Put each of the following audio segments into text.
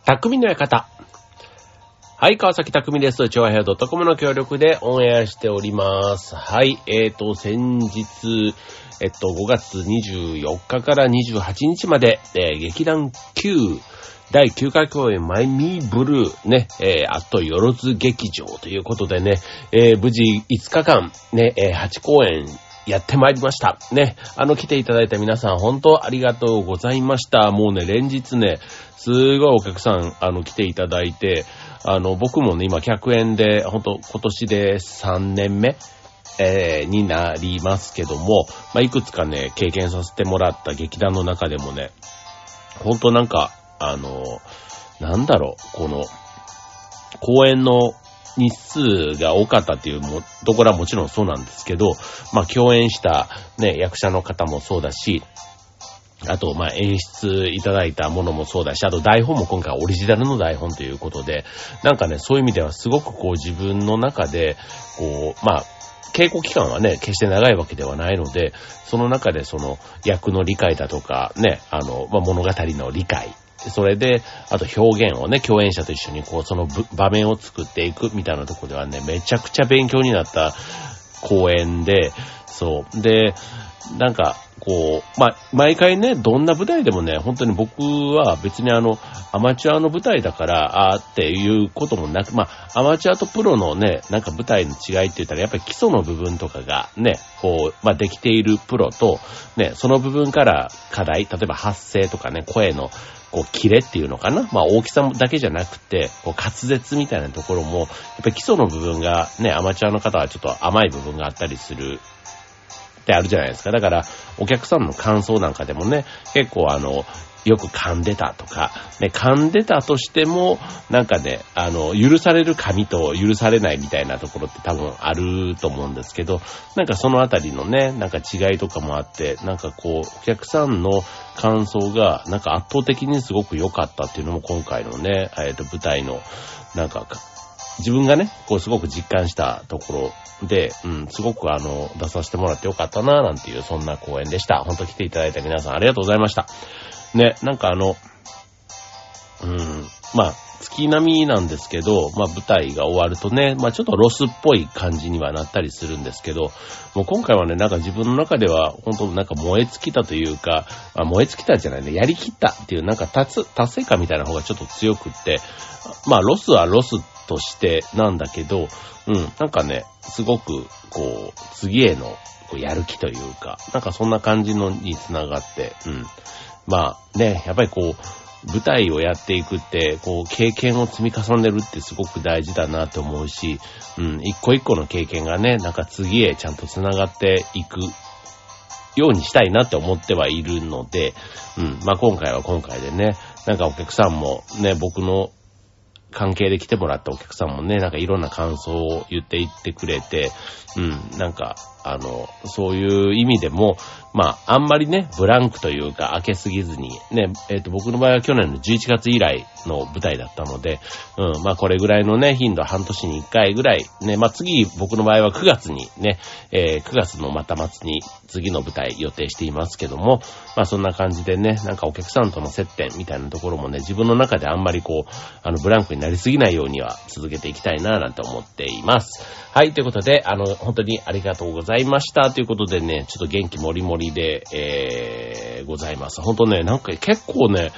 匠の館。はい、川崎匠です。調和平.comの協力でオンエアしております。はい、先日、5月24日から28日まで、劇団 Q 第9回公演マイミーブルーね、あとよろず劇場ということでね、無事5日間ね、8公演やってまいりました。ね、来ていただいた皆さん本当ありがとうございました。もうね、連日ね、すごいお客さん、来ていただいて、僕もね、今、客演で、本当今年で3年目、になりますけども、いくつかね、経験させてもらった劇団の中でもね、本当なんか、なんだろう、この、公演の日数が多かったっていうところはもちろんそうなんですけど、共演したね、役者の方もそうだし、あと、演出いただいたものもそうだし、あと台本も今回オリジナルの台本ということで、なんかね、そういう意味ではすごくこう自分の中で、こう、稽古期間はね、決して長いわけではないので、その中でその役の理解だとか、ね、物語の理解、それで、あと表現をね、共演者と一緒にこう、その場面を作っていくみたいなところではね、めちゃくちゃ勉強になった公演で、そう。で、なんか、こう、毎回ね、どんな舞台でもね、本当に僕は別にアマチュアの舞台だから、っていうこともなく、アマチュアとプロのね、なんか舞台の違いって言ったら、やっぱり基礎の部分とかがね、こう、できているプロと、ね、その部分から課題、例えば発声とかね、声の、こう、キレっていうのかな、大きさだけじゃなくて、こう、滑舌みたいなところも、やっぱり基礎の部分がね、アマチュアの方はちょっと甘い部分があったりする、ってあるじゃないですか。だから、お客さんの感想なんかでもね、結構よく噛んでたとか、ね、噛んでたとしても、なんかね、許される噛みと許されないみたいなところって多分あると思うんですけど、なんかそのあたりのね、なんか違いとかもあって、なんかこう、お客さんの感想が、なんか圧倒的にすごく良かったっていうのも今回のね、舞台の、なんか、自分がね、こうすごく実感したところで、すごく出させてもらってよかったな、なんていう、そんな公演でした。本当来ていただいた皆さんありがとうございました。ね、なんか月並みなんですけど、舞台が終わるとね、ちょっとロスっぽい感じにはなったりするんですけど、もう今回はね、なんか自分の中では、本当なんか燃え尽きたというか、燃え尽きたじゃないね、やりきったっていう、なんか達成感みたいな方がちょっと強くって、ロスはロスとしてなんだけど、なんかね、すごく、こう、次への、こうやる気というか、なんかそんな感じのにつながって、やっぱりこう、舞台をやっていくって、こう、経験を積み重ねるってすごく大事だなと思うし、一個一個の経験がね、なんか次へちゃんとつながっていくようにしたいなって思ってはいるので、今回は今回でね、なんかお客さんもね、僕の関係で来てもらったお客さんもね、なんかいろんな感想を言っていってくれて、なんか、そういう意味でも、あんまりね、ブランクというか、開けすぎずに、ね、僕の場合は去年の11月以来の舞台だったので、これぐらいのね、頻度半年に1回ぐらい、ね、次、僕の場合は9月にね、9月のまた末に次の舞台予定していますけども、そんな感じでね、なんかお客さんとの接点みたいなところもね、自分の中であんまりこう、ブランクになりすぎないようには続けていきたいな、なんて思っています。はい、ということで、本当にありがとうございました。ということでね、ちょっと元気もりもりで、ございます。本当ね、なんか結構ね、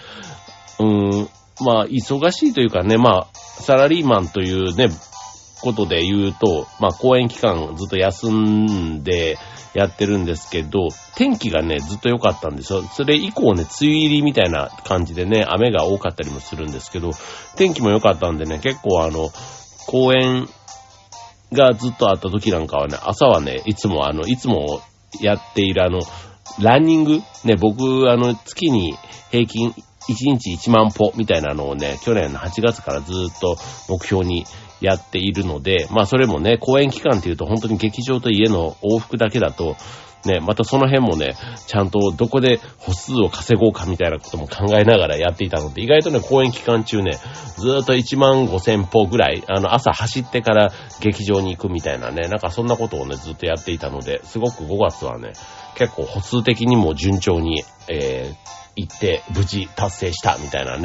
忙しいというかね、サラリーマンというね、ことで言うと、公演期間ずっと休んでやってるんですけど、天気がね、ずっと良かったんですよ。それ以降ね、梅雨入りみたいな感じでね、雨が多かったりもするんですけど、天気も良かったんでね、結構公演がずっとあった時なんかはね、朝はね、いつもやっているランニングね、僕、月に平均1日1万歩みたいなのをね、去年の8月からずっと目標にやっているので、それもね、公演期間っていうと本当に劇場と家の往復だけだと、ね、またその辺もね、ちゃんとどこで歩数を稼ごうかみたいなことも考えながらやっていたので、意外とね、公演期間中ね、ずーっと15,000歩ぐらい、朝走ってから劇場に行くみたいなね、なんかそんなことをね、ずっとやっていたので、すごく5月はね、結構歩数的にも順調に、行って無事達成したみたいなね、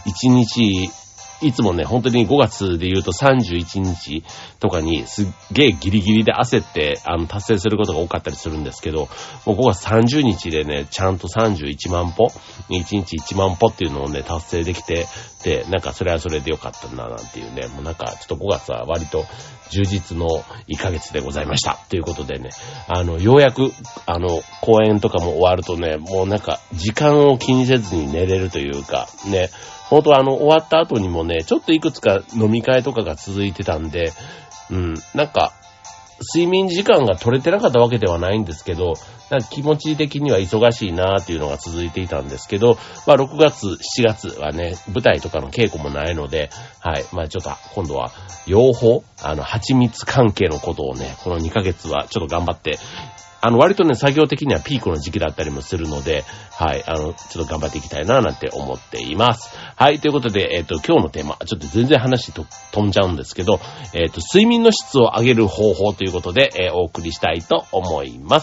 1日、いつもね、本当に5月で言うと31日とかにすっげーギリギリで焦って、達成することが多かったりするんですけど、もう5月30日でね、ちゃんと31万歩、1日1万歩っていうのをね、達成できて、で、なんかそれはそれでよかったな、なんていうね、もうなんかちょっと5月は割と充実の1ヶ月でございました。ということでね、ようやく、公演とかも終わるとね、もうなんか時間を気にせずに寝れるというか、ね、本当は終わった後にもね、ちょっといくつか飲み会とかが続いてたんで、なんか、睡眠時間が取れてなかったわけではないんですけど、なんか気持ち的には忙しいなーっていうのが続いていたんですけど、まあ6月、7月はね、舞台とかの稽古もないので、はい、まあちょっと今度は養蜂、蜂蜜関係のことをね、この2ヶ月はちょっと頑張って、割とね、作業的にはピークの時期だったりもするので、はい、ちょっと頑張っていきたいな、なんて思っています。はい、ということで、今日のテーマ、ちょっと全然話飛んじゃうんですけど、睡眠の質を上げる方法ということで、お送りしたいと思います。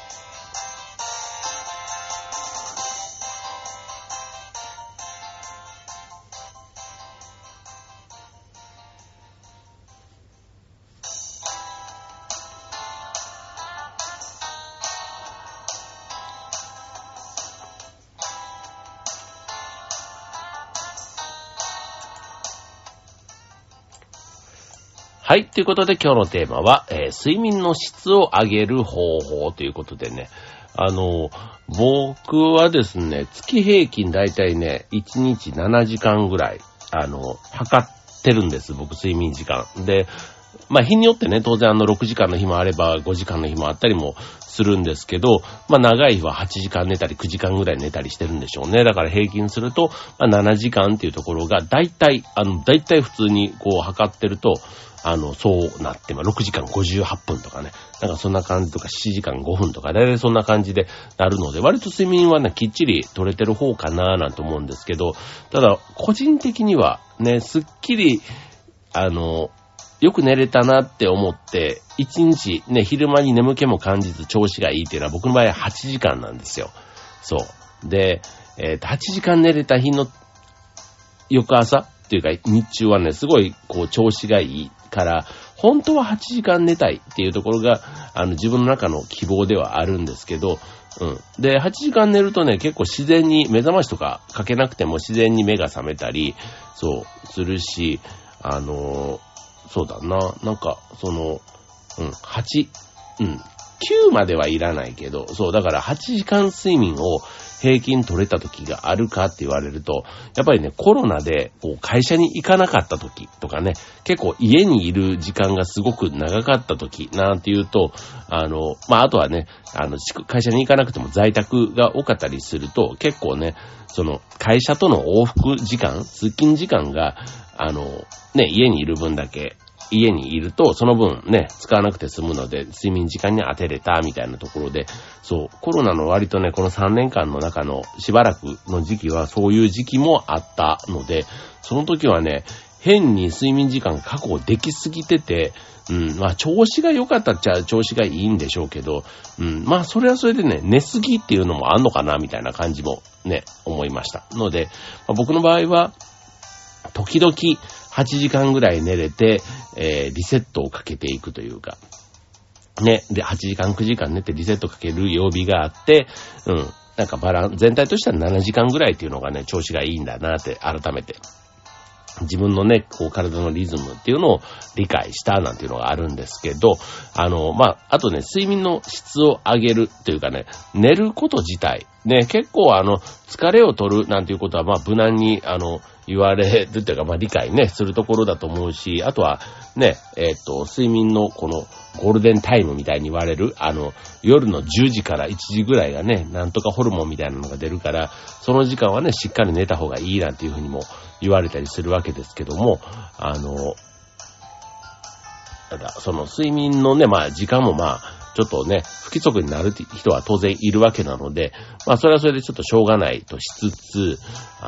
はい。ということで今日のテーマは、睡眠の質を上げる方法ということでね。僕はですね、月平均だいたいね、1日7時間ぐらい、測ってるんです。僕、睡眠時間。で、まあ、日によってね、当然6時間の日もあれば5時間の日もあったりもするんですけど、まあ、長い日は8時間寝たり9時間ぐらい寝たりしてるんでしょうね。だから平均すると、まあ、7時間っていうところが、だいたい普通にこう測ってると、そうなって、まあ、6時間58分とかね。なんかそんな感じとか、7時間5分とか、だいたいそんな感じでなるので、割と睡眠はね、きっちり取れてる方かななんて思うんですけど、ただ、個人的にはね、すっきり、よく寝れたなって思って、1日ね、昼間に眠気も感じず調子がいいっていうのは僕の場合は8時間なんですよ。そう。で、8時間寝れた日の翌朝っていうか日中はね、すごいこう調子がいいから、本当は8時間寝たいっていうところが、自分の中の希望ではあるんですけど、で、8時間寝るとね、結構自然に目覚ましとかかけなくても自然に目が覚めたり、そう、するし、そうだな、なんか、8、9まではいらないけど、そう、だから8時間睡眠を平均取れた時があるかって言われると、やっぱりね、コロナでこう会社に行かなかった時とかね、結構家にいる時間がすごく長かった時なんていうと、まあ、あとはね、会社に行かなくても在宅が多かったりすると、結構ね、会社との往復時間、通勤時間が、ね、家にいる分だけ、家にいると、その分ね、使わなくて済むので、睡眠時間に当てれた、みたいなところで、そう、コロナの割とね、この3年間の中のしばらくの時期は、そういう時期もあったので、その時はね、変に睡眠時間確保できすぎてて、まあ、調子が良かったっちゃ調子がいいんでしょうけど、まあ、それはそれでね、寝すぎっていうのもあんのかな、みたいな感じもね、思いました。ので、まあ、僕の場合は、時々8時間ぐらい寝れて、リセットをかけていくというか、ね、で、8時間9時間寝てリセットかける曜日があって、なんか全体としては7時間ぐらいっていうのがね、調子がいいんだなって改めて。自分のね、こう体のリズムっていうのを理解したなんていうのがあるんですけど、まあ、あとね、睡眠の質を上げるというかね、寝ること自体、ね、結構疲れを取るなんていうことは、まあ、無難に、言われるというか、まあ、理解ね、するところだと思うし、あとは、ね、睡眠のこのゴールデンタイムみたいに言われる、夜の10時から1時ぐらいがね、なんとかホルモンみたいなのが出るから、その時間はね、しっかり寝た方がいいなんていうふうにも言われたりするわけですけども、ただ、その睡眠のね、まあ、時間もまあ、ちょっとね、不規則になる人は当然いるわけなので、まあ、それはそれでちょっとしょうがないとしつつ、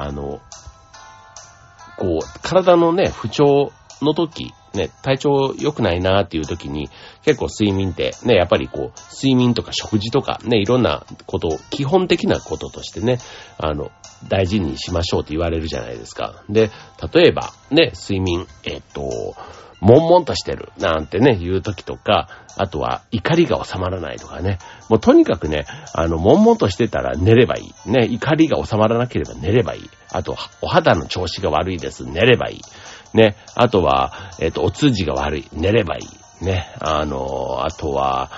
こう、体のね、不調の時、ね、体調良くないなーっていう時に、結構睡眠ってね、やっぱりこう、睡眠とか食事とかね、いろんなことを、基本的なこととしてね、 大事にしましょうって言われるじゃないですか。で、例えば、ね、睡眠、悶々としてるなんてね、言う時とか、あとは怒りが収まらないとかね。もうとにかくね、悶々としてたら寝ればいい。ね、怒りが収まらなければ寝ればいい。あと、お肌の調子が悪いです。寝ればいい。ね、あとは、お通じが悪い。寝ればいい。ね、あとは、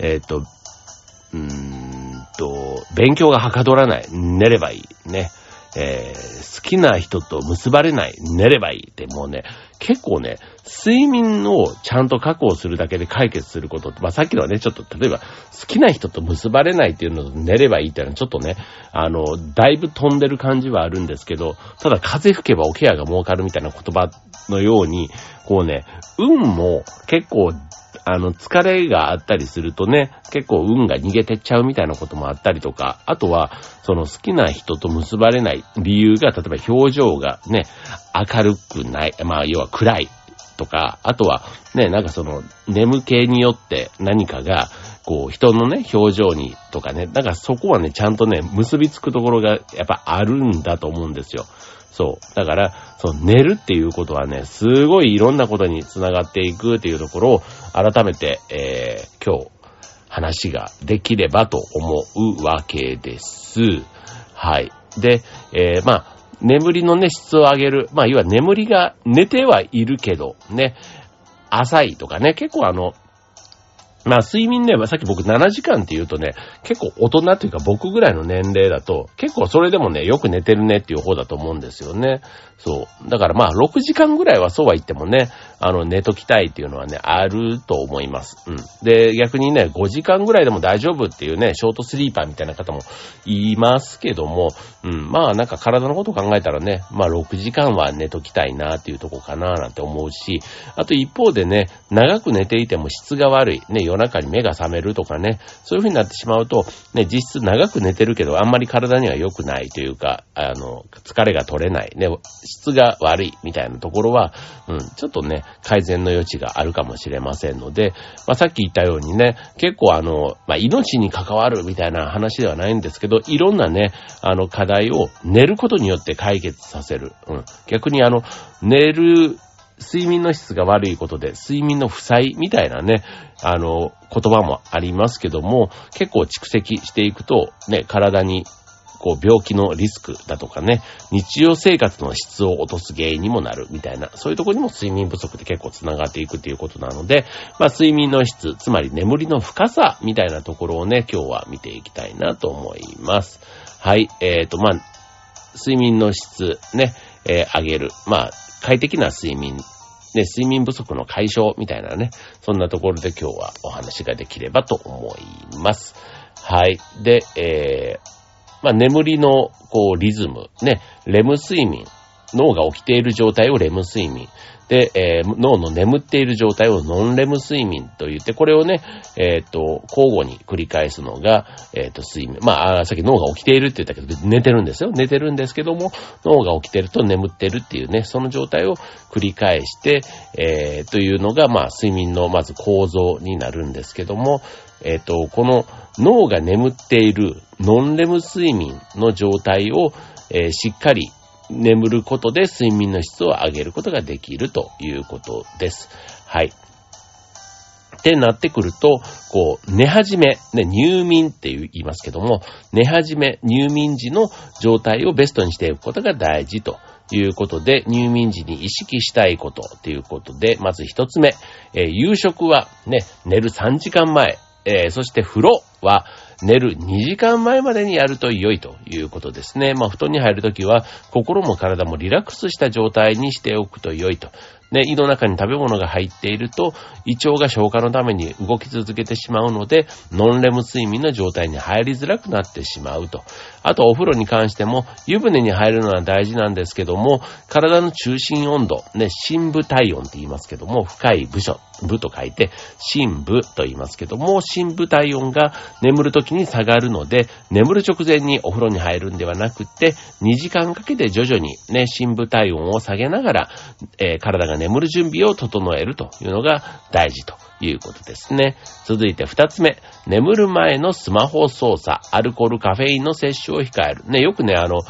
勉強がはかどらない。寝ればいい。ね。好きな人と結ばれない。寝ればいい。ってもうね、結構ね、睡眠をちゃんと確保するだけで解決することって、まあさっきのはね、ちょっと例えば好きな人と結ばれないっていうのと寝ればいいっていうのはちょっとね、だいぶ飛んでる感じはあるんですけど、ただ風吹けばおケアが儲かるみたいな言葉のように、こうね、運も結構疲れがあったりするとね、結構運が逃げてっちゃうみたいなこともあったりとか、あとは、その好きな人と結ばれない理由が、例えば表情がね、明るくない、まあ要は暗いとか、あとはね、なんかその眠気によって何かが、こう人のね、表情にとかね、なんかそこはね、ちゃんとね、結びつくところがやっぱあるんだと思うんですよ。そう。だから、寝るっていうことはね、すごいいろんなことにつながっていくっていうところを改めて、今日話ができればと思うわけです。はい。で、まあ、眠りのね、質を上げる。まあ、要は眠りが寝てはいるけど、ね、浅いとかね、結構まあ睡眠ね、さっき僕7時間って言うとね、結構大人というか僕ぐらいの年齢だと、結構それでもね、よく寝てるねっていう方だと思うんですよね。そう。だからまあ6時間ぐらいはそうは言ってもね、寝ときたいっていうのはね、あると思います。うん。で、逆にね、5時間ぐらいでも大丈夫っていうね、ショートスリーパーみたいな方もいますけども、うん。まあなんか体のことを考えたらね、まあ6時間は寝ときたいなっていうとこかななんて思うし、あと一方でね、長く寝ていても質が悪い。ね、夜中に目が覚めるとかね、そういう風になってしまうと、ね、実質長く寝てるけど、あんまり体には良くないというか、疲れが取れない。ね、質が悪いみたいなところは、うん、ちょっとね、改善の余地があるかもしれませんので、まあ、さっき言ったようにね、結構まあ、命に関わるみたいな話ではないんですけど、いろんなね、課題を寝ることによって解決させる。うん。逆に睡眠の質が悪いことで、睡眠の負債みたいなね、言葉もありますけども、結構蓄積していくと、ね、体に、こう、病気のリスクだとかね、日常生活の質を落とす原因にもなるみたいな、そういうところにも睡眠不足で結構つながっていくということなので、まあ、睡眠の質、つまり眠りの深さみたいなところをね、今日は見ていきたいなと思います。はい、まあ、睡眠の質、ね、上げる。まあ、快適な睡眠、ね、睡眠不足の解消みたいなね、そんなところで今日はお話ができればと思います。はい。で、まあ、眠りの、こう、リズム、ね、レム睡眠、脳が起きている状態をレム睡眠。で、脳の眠っている状態をノンレム睡眠と言って、これをね、交互に繰り返すのが、睡眠。まあ、さっき脳が起きているって言ったけど、寝てるんですよ。寝てるんですけども、脳が起きてると眠ってるっていうね、その状態を繰り返して、というのが、まあ、睡眠のまず構造になるんですけども、この脳が眠っているノンレム睡眠の状態を、しっかり眠ることで睡眠の質を上げることができるということです。はい。ってなってくると、こう、寝始め、ね、入眠って言いますけども、寝始め、入眠時の状態をベストにしていくことが大事ということで、入眠時に意識したいことということで、まず一つ目、夕食はね、寝る3時間前、そして風呂は寝る2時間前までにやると良いということですね。まあ、布団に入るときは心も体もリラックスした状態にしておくと良いと。ね、胃の中に食べ物が入っていると胃腸が消化のために動き続けてしまうので、ノンレム睡眠の状態に入りづらくなってしまうと。あとお風呂に関しても湯船に入るのは大事なんですけども、体の中心温度、ね、深部体温って言いますけども、深い部署、部と書いて深部と言いますけども、深部体温が眠るときに下がるので、眠る直前にお風呂に入るんではなくって2時間かけて徐々にね、深部体温を下げながら、体が眠る準備を整えるというのが大事ということですね。続いて2つ目、眠る前のスマホ操作、アルコール、カフェインの摂取を控える。ね、よくね、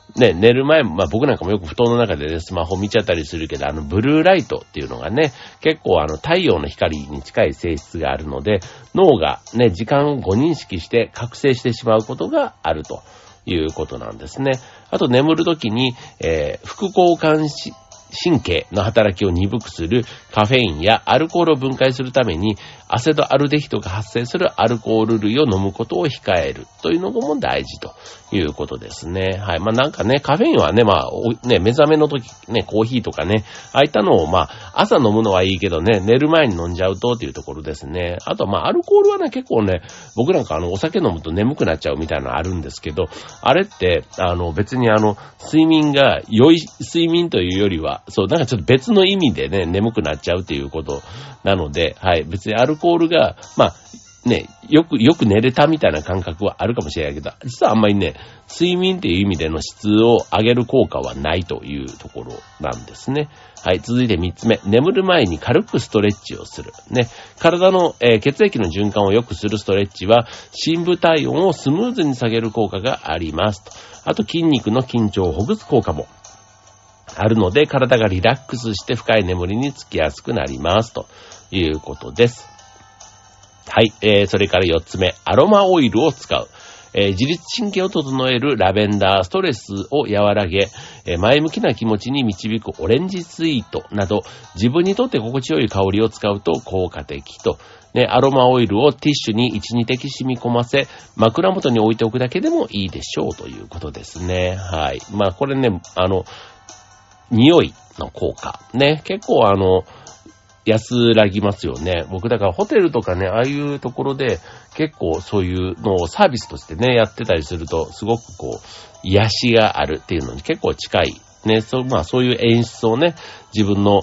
ね、寝る前も、まあ僕なんかもよく布団の中でね、スマホ見ちゃったりするけど、ブルーライトっていうのがね、結構太陽の光に近い性質があるので、脳がね、時間を誤認識して覚醒してしまうことがあるということなんですね。あと眠るときに、副交感神経の働きを鈍くするカフェインやアルコールを分解するためにアセドアルデヒドが発生するアルコール類を飲むことを控えるというのも大事ということですね。はい。まあなんかね、カフェインはね、まあね、目覚めの時ね、コーヒーとかね、ああいったのをまあ朝飲むのはいいけどね、寝る前に飲んじゃうとっていうところですね。あとまあアルコールはね、結構ね、僕なんかお酒飲むと眠くなっちゃうみたいなのあるんですけど、あれって別に睡眠が良い睡眠というよりは、そう、なんかちょっと別の意味でね、眠くなっちゃうっていうことなので、はい、別にアルコールが、まあ、ね、よく寝れたみたいな感覚はあるかもしれないけど、実はあんまりね、睡眠っていう意味での質を上げる効果はないというところなんですね。はい、続いて3つ目。眠る前に軽くストレッチをする。ね、体の、血液の循環を良くするストレッチは、深部体温をスムーズに下げる効果がありますと。あと筋肉の緊張をほぐす効果もあるので、体がリラックスして深い眠りにつきやすくなりますということです。はい、それから4つ目、アロマオイルを使う。自律神経を整えるラベンダー、ストレスを和らげ、前向きな気持ちに導くオレンジスイートなど、自分にとって心地よい香りを使うと効果的と、ね、アロマオイルをティッシュに 1,2 滴染み込ませ、枕元に置いておくだけでもいいでしょうということですね。はい。まあこれね、匂いの効果。ね、結構安らぎますよね。僕だからホテルとかね、ああいうところで結構そういうのをサービスとしてね、やってたりすると、すごくこう、癒しがあるっていうのに結構近い。ね、まあそういう演出をね、自分の、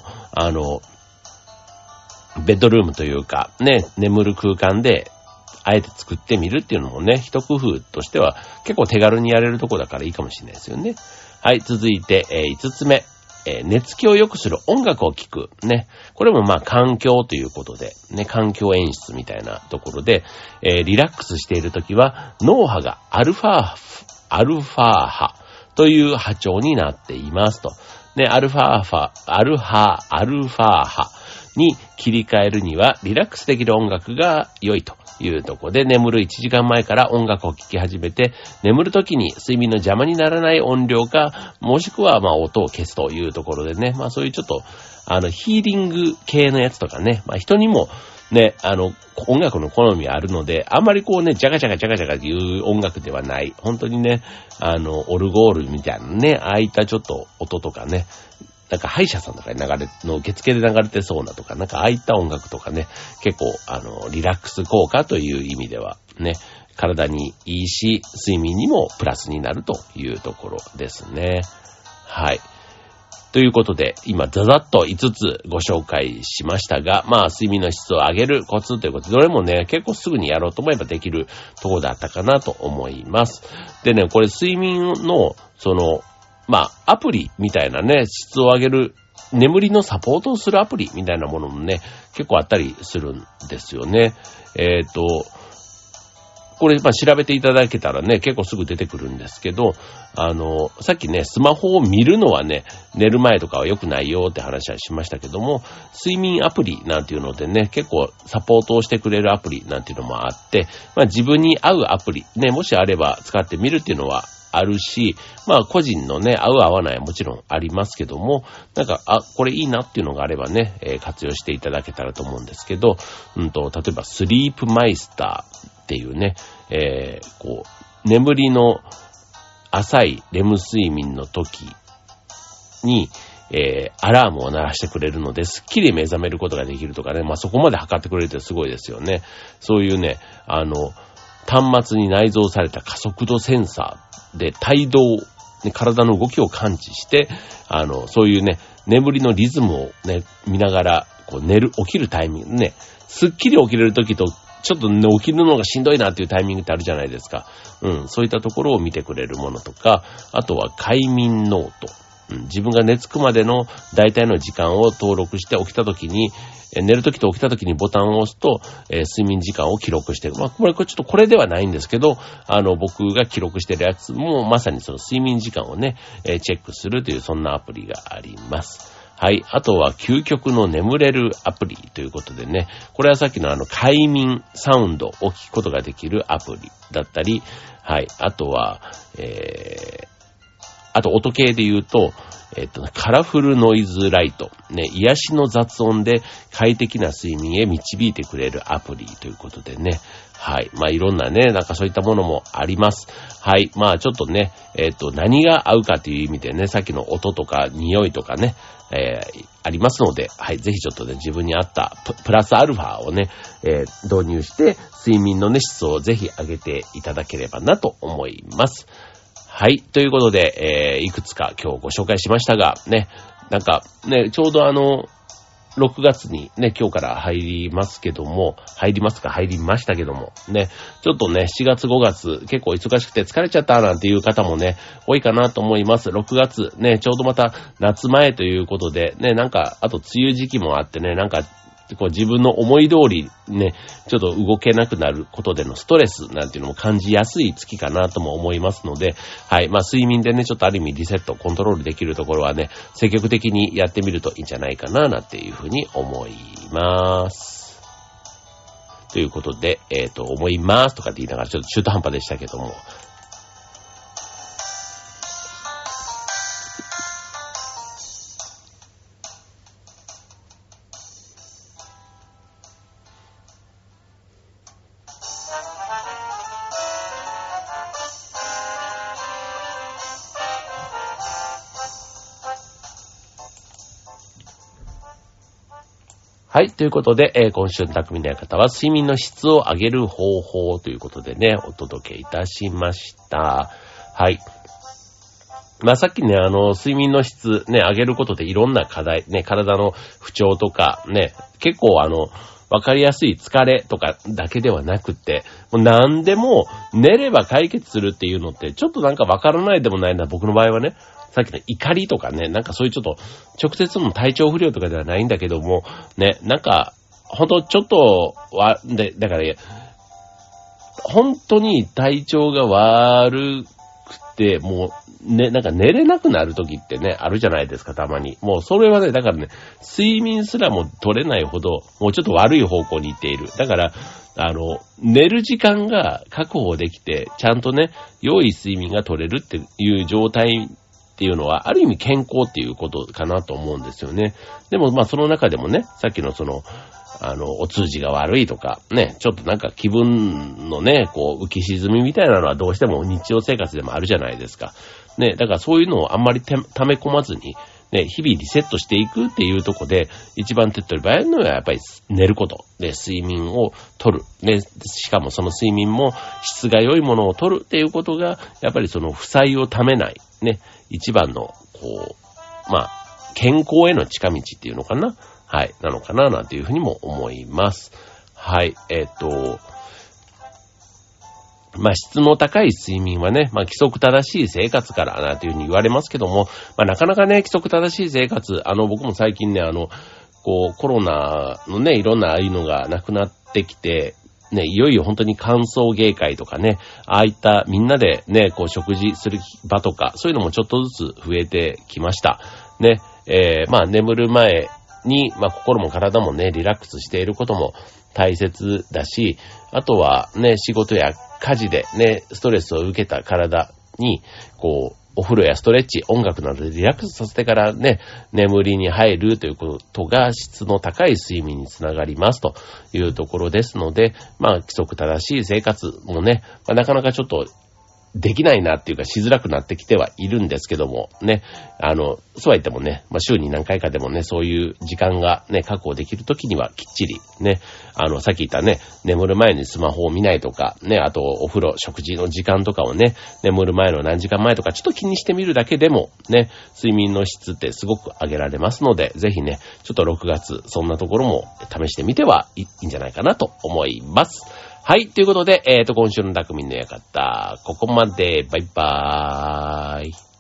ベッドルームというか、ね、眠る空間で、あえて作ってみるっていうのもね、一工夫としては結構手軽にやれるとこだからいいかもしれないですよね。はい、続いて、5つ目。寝つきを良くする音楽を聴く。ね。これもまあ環境ということで、ね、環境演出みたいなところで、リラックスしているときは脳波がアルファ波という波長になっていますと。ね、アルファ波に切り替えるにはリラックスできる音楽が良いというところで、眠る1時間前から音楽を聴き始めて、眠るときに睡眠の邪魔にならない音量か、もしくはまあ音を消すというところでね、まあそういうちょっとヒーリング系のやつとかね、まあ人にもね、音楽の好みあるので、あんまりこうね、ジャカジャカっていう音楽ではない。本当にね、オルゴールみたいなね、ああいったちょっと音とかね、なんか歯医者さんとかに受付で流れてそうなとか、なんかああいった音楽とかね、結構リラックス効果という意味ではね、体にいいし、睡眠にもプラスになるというところですね。はい。ということで、今、ざざっと5つご紹介しましたが、まあ、睡眠の質を上げるコツということで、どれもね、結構すぐにやろうと思えばできるところだったかなと思います。でね、これ睡眠の、まあ、アプリみたいなね、質を上げる、眠りのサポートをするアプリみたいなものもね、結構あったりするんですよね。これ、まあ、調べていただけたらね、結構すぐ出てくるんですけど、さっきね、スマホを見るのはね、寝る前とかは良くないよって話はしましたけども、睡眠アプリなんていうのでね、結構サポートをしてくれるアプリなんていうのもあって、まあ、自分に合うアプリ、ね、もしあれば使ってみるっていうのは、あるし、まあ個人のね、合う合わないはもちろんありますけども、なんか、これいいなっていうのがあればね、活用していただけたらと思うんですけど、例えばスリープマイスターっていうね、こう、眠りの浅いレム睡眠の時に、アラームを鳴らしてくれるので、すっきり目覚めることができるとかね、まあそこまで測ってくれるってすごいですよね。そういうね、端末に内蔵された加速度センサーで体動、ね、体の動きを感知して、そういうね、眠りのリズムをね、見ながら、こう起きるタイミングね、すっきり起きれるときと、ちょっとね、起きるのがしんどいなっていうタイミングってあるじゃないですか。そういったところを見てくれるものとか、あとは快眠ノート。 自分が寝つくまでの大体の時間を登録して起きた時に、寝る時と起きた時にボタンを押すと、睡眠時間を記録してる。まあ、これちょっとこれではないんですけど、僕が記録してるやつもまさにその睡眠時間をね、チェックするというそんなアプリがあります。はい。あとは、究極の眠れるアプリということでね、これはさっきの快眠サウンドを聞くことができるアプリだったり、はい。あとは、あと音系で言うと、カラフルノイズライト、ね、癒しの雑音で快適な睡眠へ導いてくれるアプリということでね、はい。まあ、いろんなね、なんかそういったものもあります。はい。まあ、ちょっとね、何が合うかという意味でね、さっきの音とか匂いとかね、ありますので、はい。ぜひちょっとね、自分に合ったプラスアルファをね、導入して、睡眠のね、質をぜひ上げていただければなと思います。はい。ということで、いくつか今日ご紹介しましたが、ね、なんかね、ちょうど6月にね、今日から入りましたけども、ね、ちょっとね、4月5月結構忙しくて疲れちゃったなんていう方もね、多いかなと思います。6月ね、ちょうどまた夏前ということで、ね、なんか、あと梅雨時期もあってね、なんか、こう自分の思い通りね、ちょっと動けなくなることでのストレスなんていうのも感じやすい月かなとも思いますので、はい。まあ睡眠でね、ちょっとある意味リセット、コントロールできるところはね、積極的にやってみるといいんじゃないかななんていうふうに思います。ということで、思いますとかって言いながらちょっと中途半端でしたけども、はい。ということで、今週の匠の館は睡眠の質を上げる方法ということでね、お届けいたしました。はい。まあ、さっきね、睡眠の質ね、上げることでいろんな課題、ね、体の不調とかね、結構わかりやすい疲れとかだけではなくて、もう何でも寝れば解決するっていうのって、ちょっとなんかわからないでもないな、僕の場合はね。さっきの怒りとかね、なんかそういうちょっと直接の体調不良とかではないんだけども、ね、なんか、ほんとちょっとだから、本当に体調が悪くて、もう、ね、なんか寝れなくなる時ってね、あるじゃないですか、たまに。もうそれはね、だからね、睡眠すらも取れないほど、もうちょっと悪い方向に行っている。だから、寝る時間が確保できて、ちゃんとね、良い睡眠が取れるっていう状態っていうのは、ある意味健康っていうことかなと思うんですよね。でも、まあ、その中でもね、さっきのお通じが悪いとか、ね、ちょっとなんか気分のね、こう、浮き沈みみたいなのはどうしても日常生活でもあるじゃないですか。ね、だからそういうのをあんまり溜め込まずに、ね、日々リセットしていくっていうところで、一番手っ取り早いのはやっぱり寝ること。で、睡眠を取る。ね、しかもその睡眠も質が良いものを取るっていうことが、やっぱりその負債を溜めない。ね、一番の、こう、まあ、健康への近道っていうのかな。はい、なのかな、なんていうふうにも思います。はい、まあ、質の高い睡眠はね、まあ、規則正しい生活からなんていうふうに言われますけども、まあ、なかなかね、規則正しい生活、僕も最近ね、こう、コロナのね、いろんなああいうのがなくなってきて、ね、いよいよ本当に歓送迎会とかね、ああいったみんなでね、こう食事する場とか、そういうのもちょっとずつ増えてきました。ね、まあ眠る前に、まあ心も体もね、リラックスしていることも大切だし、あとはね、仕事や家事でね、ストレスを受けた体に、こう、お風呂やストレッチ、音楽などでリラックスさせてからね、眠りに入るということが質の高い睡眠につながりますというところですので、まあ規則正しい生活もね、まあ、なかなかちょっとできないなっていうかしづらくなってきてはいるんですけども、ね、そうは言ってもね、まあ、週に何回かでもね、そういう時間がね、確保できるときにはきっちり、ね、さっき言ったね、眠る前にスマホを見ないとか、ね、あとお風呂、食事の時間とかをね、眠る前の何時間前とかちょっと気にしてみるだけでも、ね、睡眠の質ってすごく上げられますので、ぜひね、ちょっと6月、そんなところも試してみてはいいんじゃないかなと思います。はい。ということで、今週の匠の館、ここまで。バイバーイ。